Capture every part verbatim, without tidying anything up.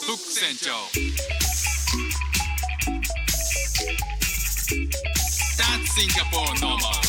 フック船長 That's Singapore normal。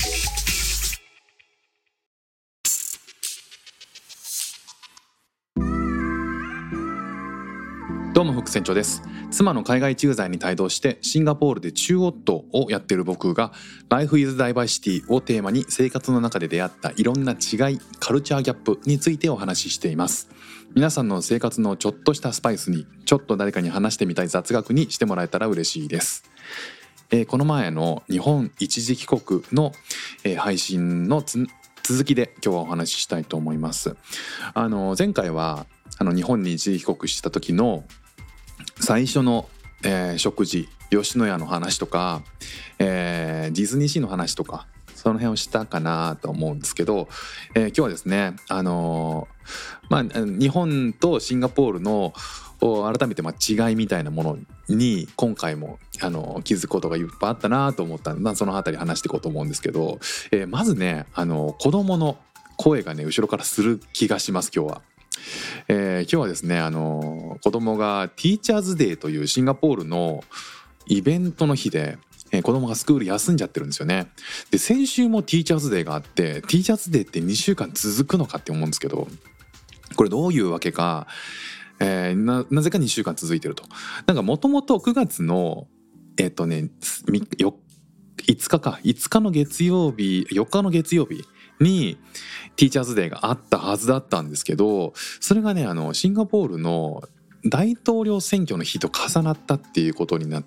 どうもフック船長です。妻の海外駐在に帯同してシンガポールで中夫をやっている僕が Life is Diversity をテーマに生活の中で出会ったいろんな違い、カルチャーギャップについてお話ししています。皆さんの生活のちょっとしたスパイスに、ちょっと誰かに話してみたい雑学にしてもらえたら嬉しいです。えー、この前の日本一時帰国の、えー、配信のつ続きで今日はお話ししたいと思います。あの前回はあの日本に一時帰国した時の最初の、えー、食事、吉野家の話とか、えー、ディズニーシーの話とかその辺をしたかなと思うんですけど、えー、今日はですね、あのーまあ、日本とシンガポールの改めてまあ違いみたいなものに今回もあの気づくことがいっぱいあったなと思ったので、まあ、そのあたり話していこうと思うんですけど、えー、まずね、あの子供の声がね後ろからする気がします今日は。えー、今日はですね、あの子供がティーチャーズデーというシンガポールのイベントの日で、えー、子供がスクール休んじゃってるんですよね。で先週もティーチャーズデーがあって、ティーチャーズデーってにしゅうかん続くのかって思うんですけど、これどういうわけか、えー、な, なぜかにしゅうかん続いてると。なんかもともとくがつのえっ、ー、とねよいつかかいつかの月曜日よっかの月曜日にティーチャーズデーがあったはずだったんですけど、それがねあのシンガポールの大統領選挙の日と重なったっていうことになって、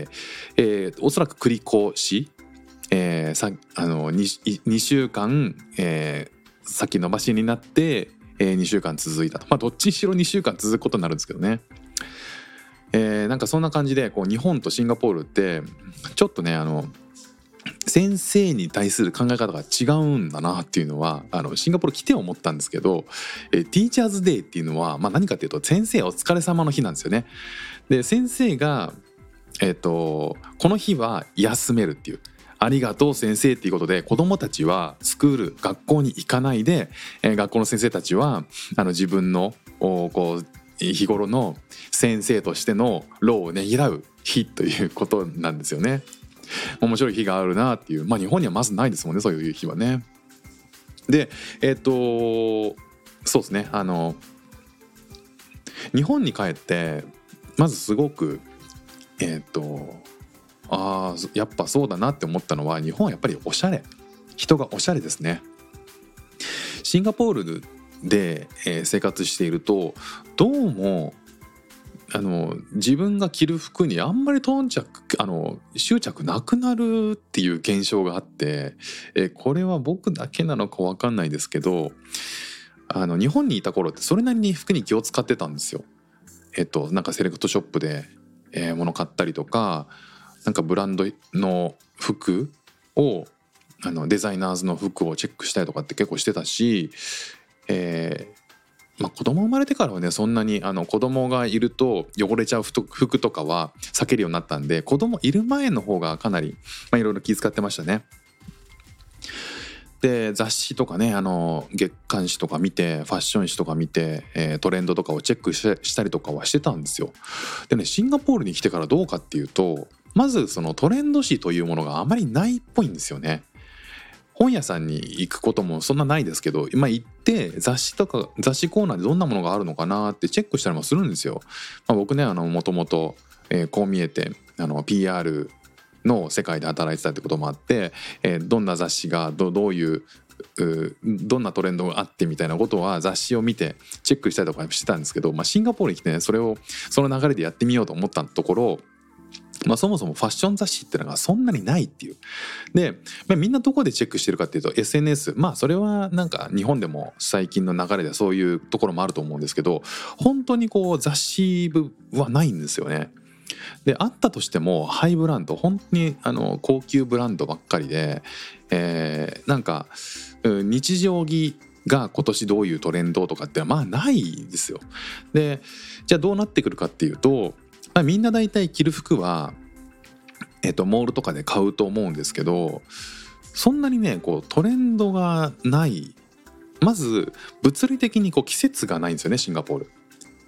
えー、おそらく繰り越し、えー、さあの 2, にしゅうかん、えー、先延ばしになって、えー、にしゅうかん続いたと。まあどっちにしろにしゅうかん続くことになるんですけどね。えー、なんかそんな感じでこう日本とシンガポールってちょっとねあの先生に対する考え方が違うんだなっていうのはあのシンガポール来て思ったんですけど、えティーチャーズデーっていうのは、まあ、何かっていうと先生お疲れ様の日なんですよね。で先生が、えーと、この日は休めるっていう、ありがとう先生っていうことで子どもたちはスクール学校に行かないで、えー、学校の先生たちはあの自分のこう日頃の先生としての労をねぎらう日ということなんですよね。面白い日があるなっていう、まあ日本にはまずないですもんね、そういう日はね。でえっとそうですね、あの日本に帰ってまずすごくえっとああやっぱそうだなって思ったのは、日本はやっぱりおしゃれ、人がおしゃれですね。シンガポールで、えー、生活しているとどうもあの自分が着る服にあんまり頓着あの執着なくなるっていう現象があって、えこれは僕だけなのか分かんないですけど、あの日本にいた頃ってそれなりに服に気を使ってたんですよ。えっとなんかセレクトショップで、えー、物買ったりとか、なんかブランドの服をあのデザイナーズの服をチェックしたりとかって結構してたし、えーまあ、子供生まれてからはねそんなにあの子供がいると汚れちゃう服とかは避けるようになったんで、子供いる前の方がかなりいろいろ気遣ってましたね。で雑誌とかね、あの月刊誌とか見て、ファッション誌とか見て、えー、トレンドとかをチェックし、したりとかはしてたんですよ。でね、シンガポールに来てからどうかっていうと、まずそのトレンド誌というものがあまりないっぽいんですよね。本屋さんに行くこともそんなないですけど、今行って雑誌とか雑誌コーナーでどんなものがあるのかなってチェックしたりもするんですよ。まあ、僕ねあのもともと、えー、こう見えてあの ピーアール の世界で働いてたってこともあって、えー、どんな雑誌が ど, どういうどんなトレンドがあってみたいなことは雑誌を見てチェックしたりとかしてたんですけど、まあ、シンガポールに来てねそれをその流れでやってみようと思ったところ、まあ、そもそもファッション雑誌ってのがそんなにないっていう。で、まあ、みんなどこでチェックしてるかっていうと エスエヌエス、まあそれはなんか日本でも最近の流れでそういうところもあると思うんですけど、本当にこう雑誌部はないんですよね。であったとしてもハイブランド、本当にあの高級ブランドばっかりで、えー、なんか日常着が今年どういうトレンドとかってまあないですよ。でじゃあどうなってくるかっていうと、まあ、みんな大体着る服は、えっと、モールとかで買うと思うんですけど、そんなにねこうトレンドがない。まず物理的にこう季節がないんですよねシンガポール。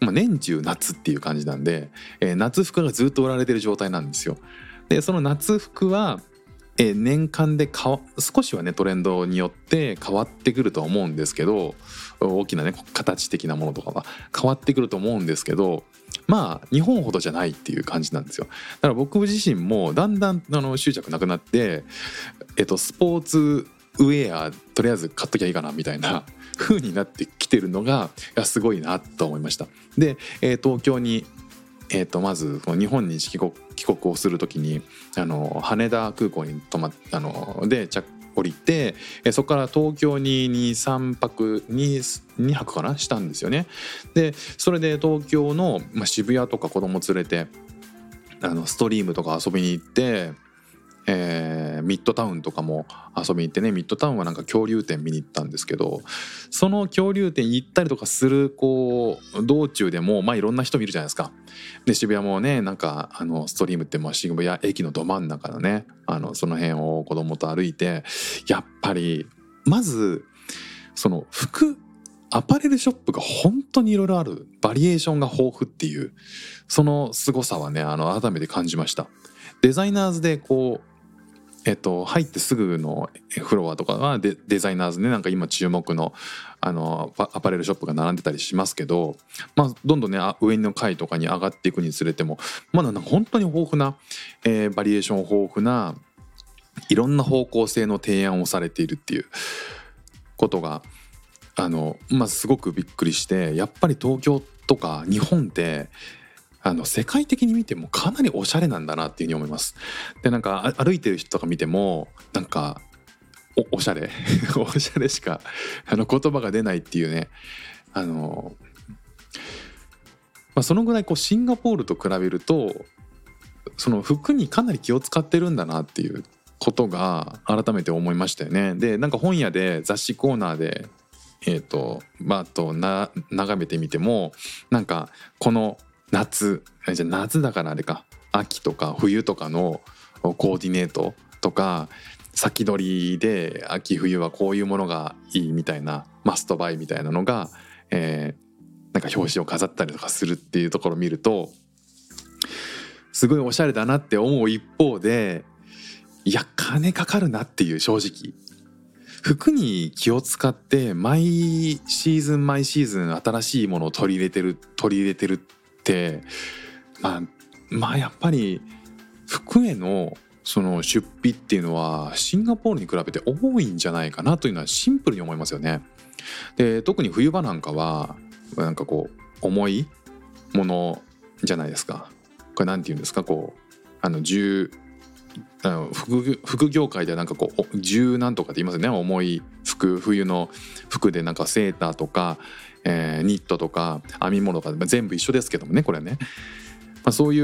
まあ、年中夏っていう感じなんで、えー、夏服がずっと売られてる状態なんですよ。でその夏服は、えー、年間でかわ少しはねトレンドによって変わってくるとは思うんですけど、大きなね形的なものとかは変わってくると思うんですけど、まあ日本ほどじゃないっていう感じなんですよ。だから僕自身もだんだんあの執着なくなって、えっと、スポーツウェアとりあえず買っときゃいいかなみたいな風になってきてるのがいやすごいなと思いました。で、えー、東京に、えー、とまず日本に帰国、帰国をするときにあの羽田空港に泊まっあので着降りて、えー、そこから東京ににさんぱく 2, にはくかなしたんですよね。でそれで東京の、まあ、渋谷とか子供連れてあのストリームとか遊びに行って、えー、ミッドタウンとかも遊びに行ってね、ミッドタウンはなんか恐竜展見に行ったんですけど、その恐竜展行ったりとかするこう道中でもまあいろんな人見るじゃないですか。で渋谷もねなんかあのストリームってまあ渋谷駅のど真ん中のねあのその辺を子供と歩いて、やっぱりまずその服アパレルショップが本当にいろいろある、バリエーションが豊富っていうその凄さはねあの改めて感じました。デザイナーズでこうえっと、入ってすぐのフロアとかは デ, デザイナーズねなんか今注目 の, あのアパレルショップが並んでたりしますけど、まあ、どんどんね上の階とかに上がっていくにつれてもまだなんか本当に豊富な、えー、バリエーション豊富ないろんな方向性の提案をされているっていうことがあの、まあ、すごくびっくりして、やっぱり東京とか日本ってあの世界的に見てもかなりおしゃれなんだなっていうふうに思います。でなんか歩いてる人とか見てもなんか お, おしゃれおしゃれしかあの言葉が出ないっていうね、あの、まあ、そのぐらいこうシンガポールと比べるとその服にかなり気を使ってるんだなっていうことが改めて思いましたよね。でなんか本屋で雑誌コーナーでえーとバーッとな眺めてみてもなんかこの夏じゃ夏だからあれか秋とか冬とかのコーディネートとか先取りで秋冬はこういうものがいいみたいなマストバイみたいなのが、えー、なんか表紙を飾ったりとかするっていうところを見るとすごいおしゃれだなって思う一方で、いや金かかるなっていう、正直服に気を使って毎シーズン毎シーズン新しいものを取り入れてる取り入れてるってまあまあやっぱり服へのその出費っていうのはシンガポールに比べて多いんじゃないかなというのはシンプルに思いますよね。で特に冬場なんかはなんかこう重いものじゃないですか。これなんて言うんですか、こうあの重あの 服, 服業界ではなんかこう重なんとかって言いますよね。重い服、冬の服でなんかセーターとか、えー、ニットとか編み物とか、まあ、全部一緒ですけどもねこれはね、まあ、そういう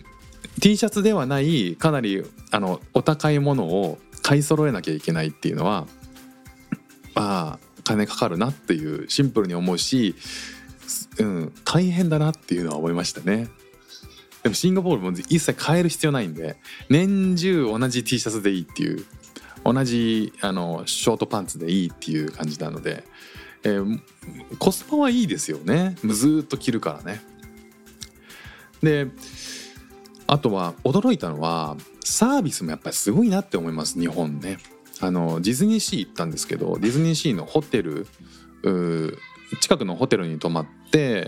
T シャツではないかなりあのお高いものを買い揃えなきゃいけないっていうのはまあ金かかるなっていうシンプルに思うし、うん、大変だなっていうのは思いましたね。でもシンガポールも一切変える必要ないんで年中同じ T シャツでいいっていう、同じあのショートパンツでいいっていう感じなので、えー、コスパはいいですよね。ずっと着るからね。であとは驚いたのはサービスもやっぱりすごいなって思います。日本ね、あのディズニーシー行ったんですけど、ディズニーシーのホテル近くのホテルに泊まって、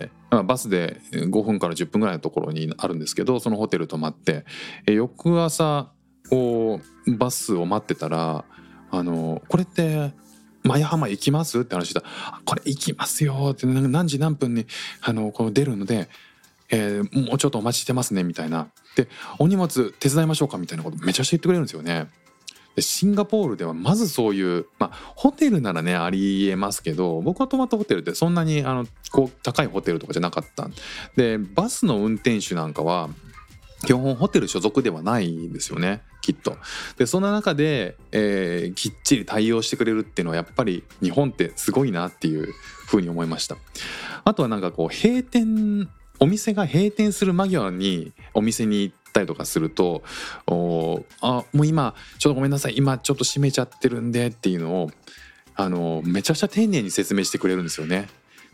まあ、バスでごふんからじゅっぷんぐらいのところにあるんですけど、そのホテル泊まってえ翌朝こうバスを待ってたらあのこれって舞浜行きますって話したら、これ行きますよって何時何分にあのこの出るので、えー、もうちょっとお待ちしてますねみたいな、でお荷物手伝いましょうかみたいなことめちゃくちゃ言ってくれるんですよね。でシンガポールではまずそういう、まあ、ホテルならねありえますけど、僕が泊まったホテルってそんなにあのこう高いホテルとかじゃなかったで、バスの運転手なんかは基本ホテル所属ではないんですよねきっと。でそんな中で、えー、きっちり対応してくれるっていうのはやっぱり日本ってすごいなっていうふうに思いました。あとはなんかこう閉店お店が閉店する間際にお店に行ったりとかすると、おあもう今ちょっとごめんなさい今ちょっと閉めちゃってるんでっていうのをあのめちゃくちゃ丁寧に説明してくれるんですよね。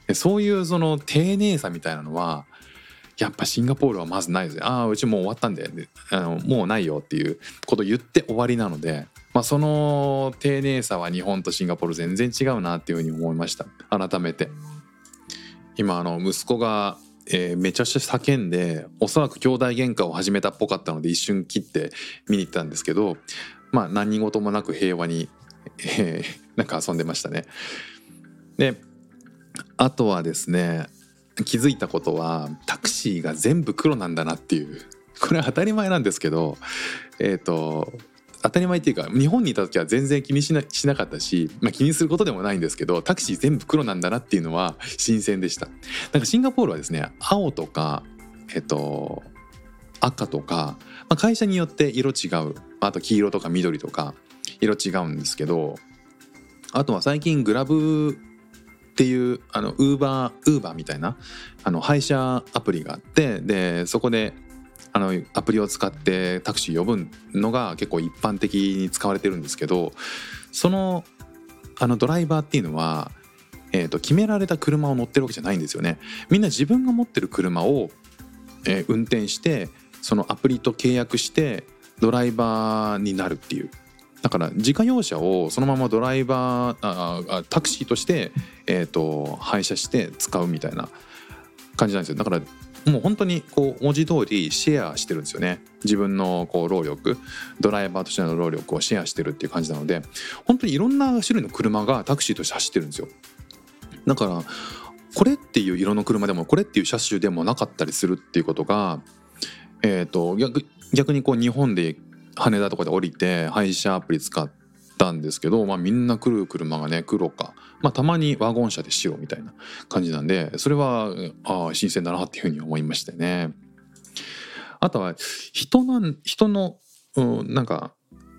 そういうその丁寧さみたいなのはやっぱシンガポールはまずないですね。ああうちもう終わったんで、あのもうないよっていうことを言って終わりなので、まあ、その丁寧さは日本とシンガポール全然違うなっていうふうに思いました。改めて今あの息子が、えー、めちゃくちゃ叫んで、おそらく兄弟喧嘩を始めたっぽかったので一瞬切って見に行ったんですけど、まあ何事もなく平和に、えー、なんか遊んでましたね。であとはですね、気づいたことはタクシーが全部黒なんだなっていう、これは当たり前なんですけど、えっと当たり前っていうか日本にいた時は全然気にしな、しなかったし、まあ、気にすることでもないんですけど、タクシー全部黒なんだなっていうのは新鮮でした。なんかシンガポールはですね、青とか、えっと、赤とか、まあ、会社によって色違う、あと黄色とか緑とか色違うんですけど、あとは最近グラブっていうあのウーバーウーバーみたいなあの配車アプリがあって、でそこであのアプリを使ってタクシー呼ぶのが結構一般的に使われてるんですけど、そのあのドライバーっていうのは、えーと、決められた車を乗ってるわけじゃないんですよね。みんな自分が持ってる車を、えー、運転してそのアプリと契約してドライバーになるっていう。だから自家用車をそのままドライバーああタクシーとして、えーと、配車して使うみたいな感じなんですよ。だからもう本当にこう文字通りシェアしてるんですよね。自分のこう労力、ドライバーとしての労力をシェアしてるっていう感じなので、本当にいろんな種類の車がタクシーとして走ってるんですよ。だからこれっていう色の車でもこれっていう車種でもなかったりするっていうことが、えーと 逆, 逆にこう日本で羽田とかで降りて配車アプリ使ったんですけど、まあ、みんな来る車がね黒か、まあ、たまにワゴン車で白みたいな感じなんで、それはあ新鮮だなっていうふうに思いましてね。あとは人なん人の、うん、なんか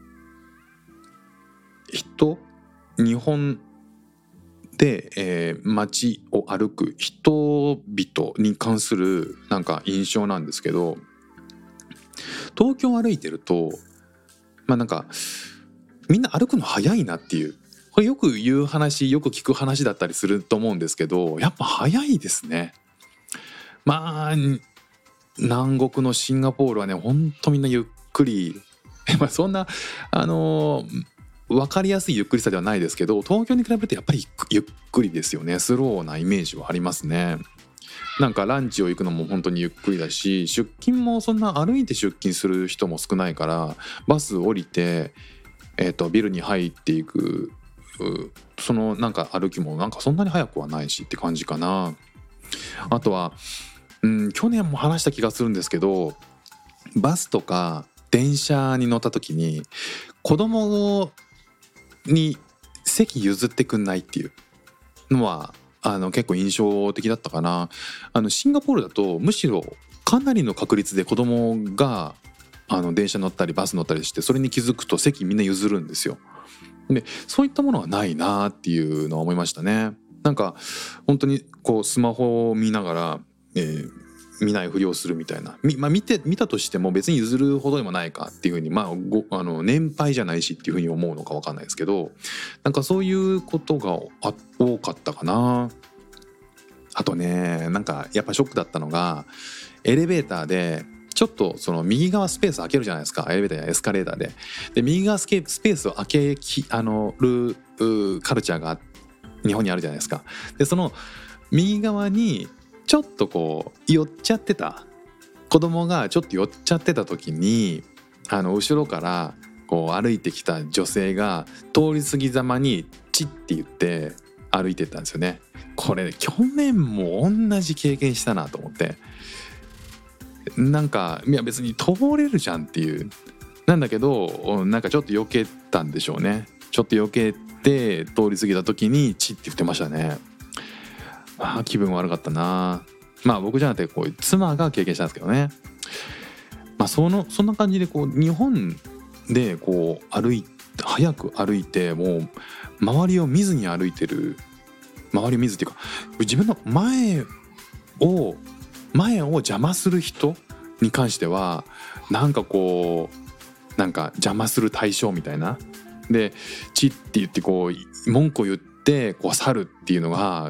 人日本で、えー、街を歩く人々に関するなんか印象なんですけど、東京を歩いてるとまあなんかみんな歩くの早いなっていう、これよく言う話よく聞く話だったりすると思うんですけど、やっぱ早いですね。まあ南国のシンガポールはねほんとみんなゆっくりまあそんなあのー、分かりやすいゆっくりさではないですけど、東京に比べるとやっぱりゆっくりですよね。スローなイメージはありますね。なんかランチを行くのも本当にゆっくりだし、出勤もそんな歩いて出勤する人も少ないから、バス降りて、えーと、ビルに入っていくそのなんか歩きもなんかそんなに早くはないしって感じかな。あとは、うん、去年も話した気がするんですけど、バスとか電車に乗った時に子供に席譲ってくんないっていうのはあの結構印象的だったかな。あのシンガポールだとむしろかなりの確率で子供があの電車乗ったりバス乗ったりして、それに気づくと席みんな譲るんですよ。でそういったものはないなっていうのは思いましたね。なんか本当にこうスマホを見ながら、えー、見ないふりをするみたいな、み、まあ、見て見たとしても別に譲るほどでもないかっていうふうに、まあ、ごあの年配じゃないしっていうふうに思うのか分かんないですけど、なんかそういうことが多かったかな。あとね、なんかやっぱショックだったのがエレベーターでちょっとその右側スペース開けるじゃないですか、エレベーターやエスカレーターで。で右側スペースを開けきあのるカルチャーが日本にあるじゃないですか。でその右側にちょっとこう寄っちゃってた子供がちょっと寄っちゃってた時に、あの後ろからこう歩いてきた女性が通り過ぎざまにチッって言って歩いてったんですよね。これ去年も同じ経験したなと思って、なんかいや別に通れるじゃんっていうなんだけど、なんかちょっと避けたんでしょうね。ちょっと避けて通り過ぎた時にチッって言ってましたね。まあ気分悪かったな。まあ僕じゃなくてこう妻が経験したんですけどね。まあそのそんな感じでこう日本でこう歩い早く歩いてもう周りを見ずに歩いてる、周りを見ずっていうか自分の前を前を邪魔する人に関してはなんかこうなんか邪魔する対象みたいなでチッって言ってこう文句を言ってこう去るっていうのが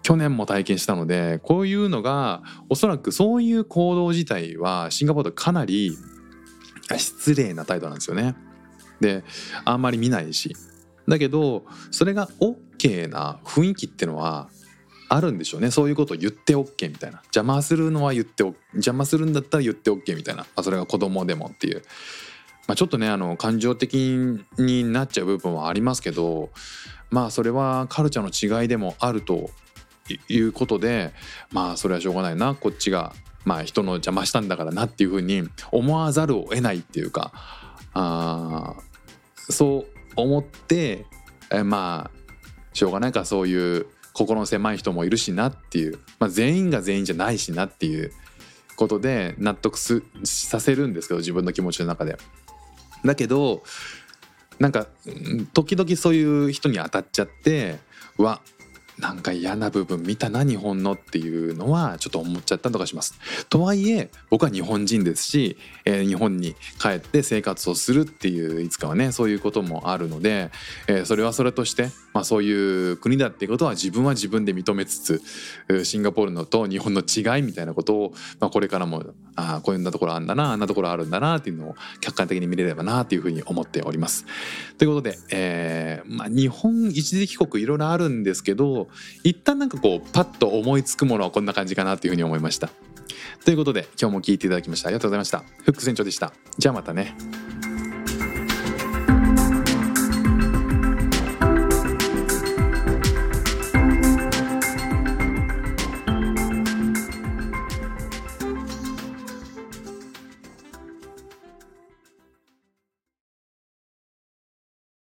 去年も体験したので、こういうのがおそらくそういう行動自体はシンガポールでかなり失礼な態度なんですよね。であんまり見ないし、だけどそれが OK な雰囲気っていうのはあるんでしょうね。そういうことを言って OK みたいな、邪魔するのは言って、邪魔するんだったら言って OK みたいな、まあ、それが子供でもっていう、まあ、ちょっとねあの感情的になっちゃう部分はありますけど、まあそれはカルチャーの違いでもあるということで、まあそれはしょうがないな、こっちがまあ人の邪魔したんだからなっていうふうに思わざるを得ないっていうか、あそう思って、えまあしょうがないか、そういう心の狭い人もいるしなっていう、まあ、全員が全員じゃないしなっていうことで納得すさせるんですけど、自分の気持ちの中で。だけどなんか時々そういう人に当たっちゃって、うわなんか嫌な部分見たな日本のっていうのはちょっと思っちゃったりとかします。とはいえ僕は日本人ですし、えー、日本に帰って生活をするっていういつかはねそういうこともあるので、えー、それはそれとして、まあ、そういう国だっていうことは自分は自分で認めつつ、シンガポールのと日本の違いみたいなことを、まあ、これからもあこういうところあんだなあんなところあるんだなっていうのを客観的に見れればなっていうふうに思っております。ということで、えーまあ、日本一時帰国いろいろあるんですけど、一旦なんかこうパッと思いつくものはこんな感じかなというふうに思いました。ということで今日も聞いていただきましてありがとうございました。フック船長でした。じゃあまたね。